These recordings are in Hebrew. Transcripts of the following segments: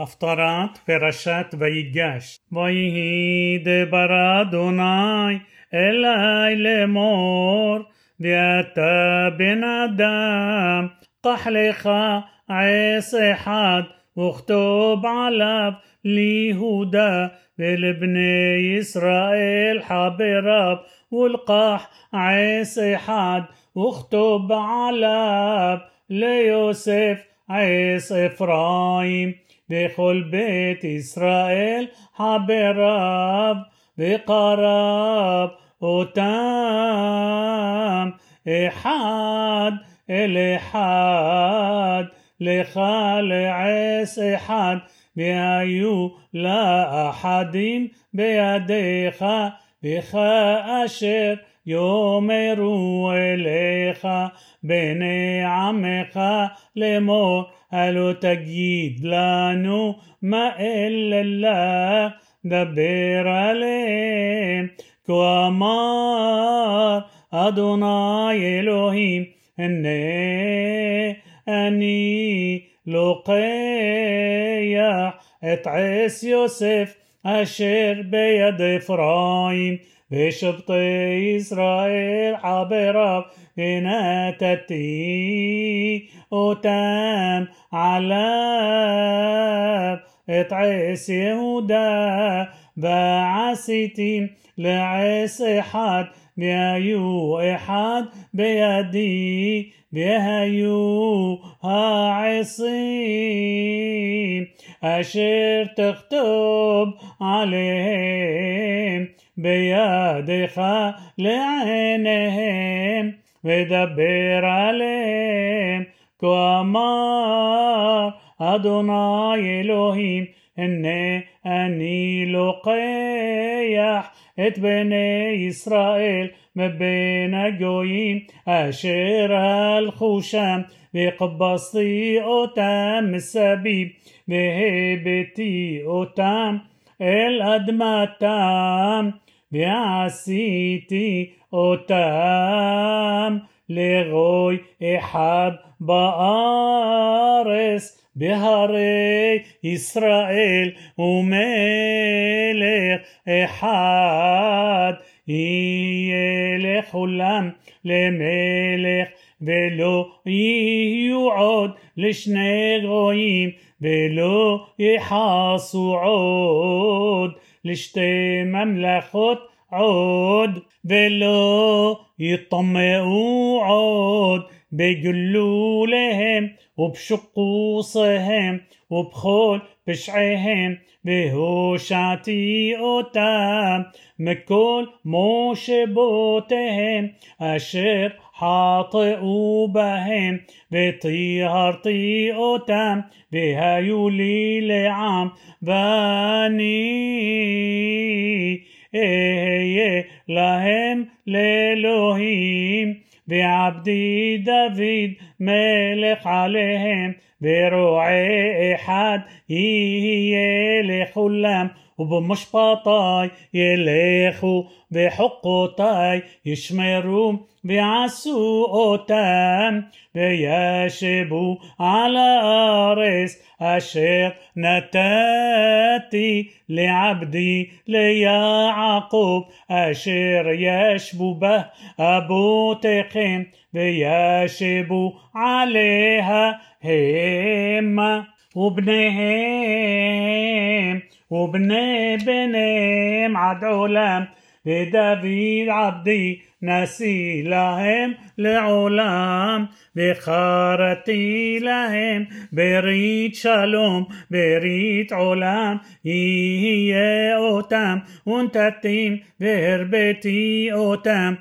הפטרת פרשת ויגש. ויהי דבר אדוני אלי לאמור, ואתה בן אדם, קח לך עץ אחד וכתוב עליו ליהודה ולבני ישראל חבריו, ולקח עץ אחד וכתוב עליו ליוסף עץ אפרים וכל בית ישראל חבריו, וקרב אותם אחד אל אחד לך לעץ אחד, והיו לאחדים בידיך, וכאשר יאמרו אליך בני עמך לאמור, הלא תגיד לנו מה אלה דבר עליהם, כה אמר אדוני אלוהים, הנה אני לוקח את עץ יוסף אשר ביד אפרים ושבטי ישראל חבריו, ונתתי אותם עליו את עץ יהודה, ועשיתי לעץ אחד, והיו אחד בידי, והיו העצים אשר תכתוב עליהם בידך לעיניהם, ודבר עליהם, כה אמר אדוני אלוהים, הנה אני לוקח את בני ישראל מבין הגויים אשר הלכו שם, וכבסתי אותם מסביב, והבאתי אותם אל אדמתם, ועשיתי אותם לגוי אחד בארץ, בהרי ישראל, ומלך אחד יהיה לכולם למלך, ולא יהיו עוד לשני גויים, ולא יחסו עוד לשתי ממלכות עוד, ולא יטמעו עוד בגלוליהם ובשקוסיהם ובכל פשעיהם, והושעתי אותם מכל מושבותיהם אשר חטאו בהם, וטיהרתי אותם, והיו לי לעם, ואני אהיה להם לאלוהים, ועבדי דוד מלך עליהם, ורועה אחד יהיה לכולם, ובמשפטי ילכו, בחוקותי ישמרו, ועשו אותם, וישבו על הארץ אשר נתתי לעבדי ליעקב, אשר ישבו בה אבותיכם, וישבו עליה המה ובניהם ובני בניהם עד עולם, ודוד עבדי נשיא להם לעולם, וחרתי להם ברית שלום, ברית עולם יהיה אותם, ונתתי והרביתי אותם,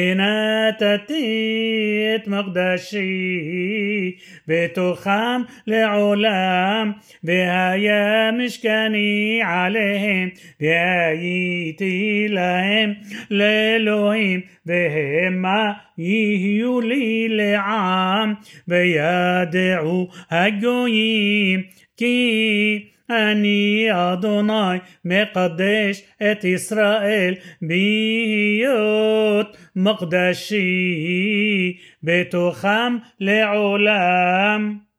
ונתתי את מקדשי בתוכם לעולם, והיה משכני עליהם, והייתי להם לאלוהים, והמה יהיו לי לעם, וידעו הגויים כי אני אדוני מקדש את ישראל בהיות מקדשי בתוכם לעולם.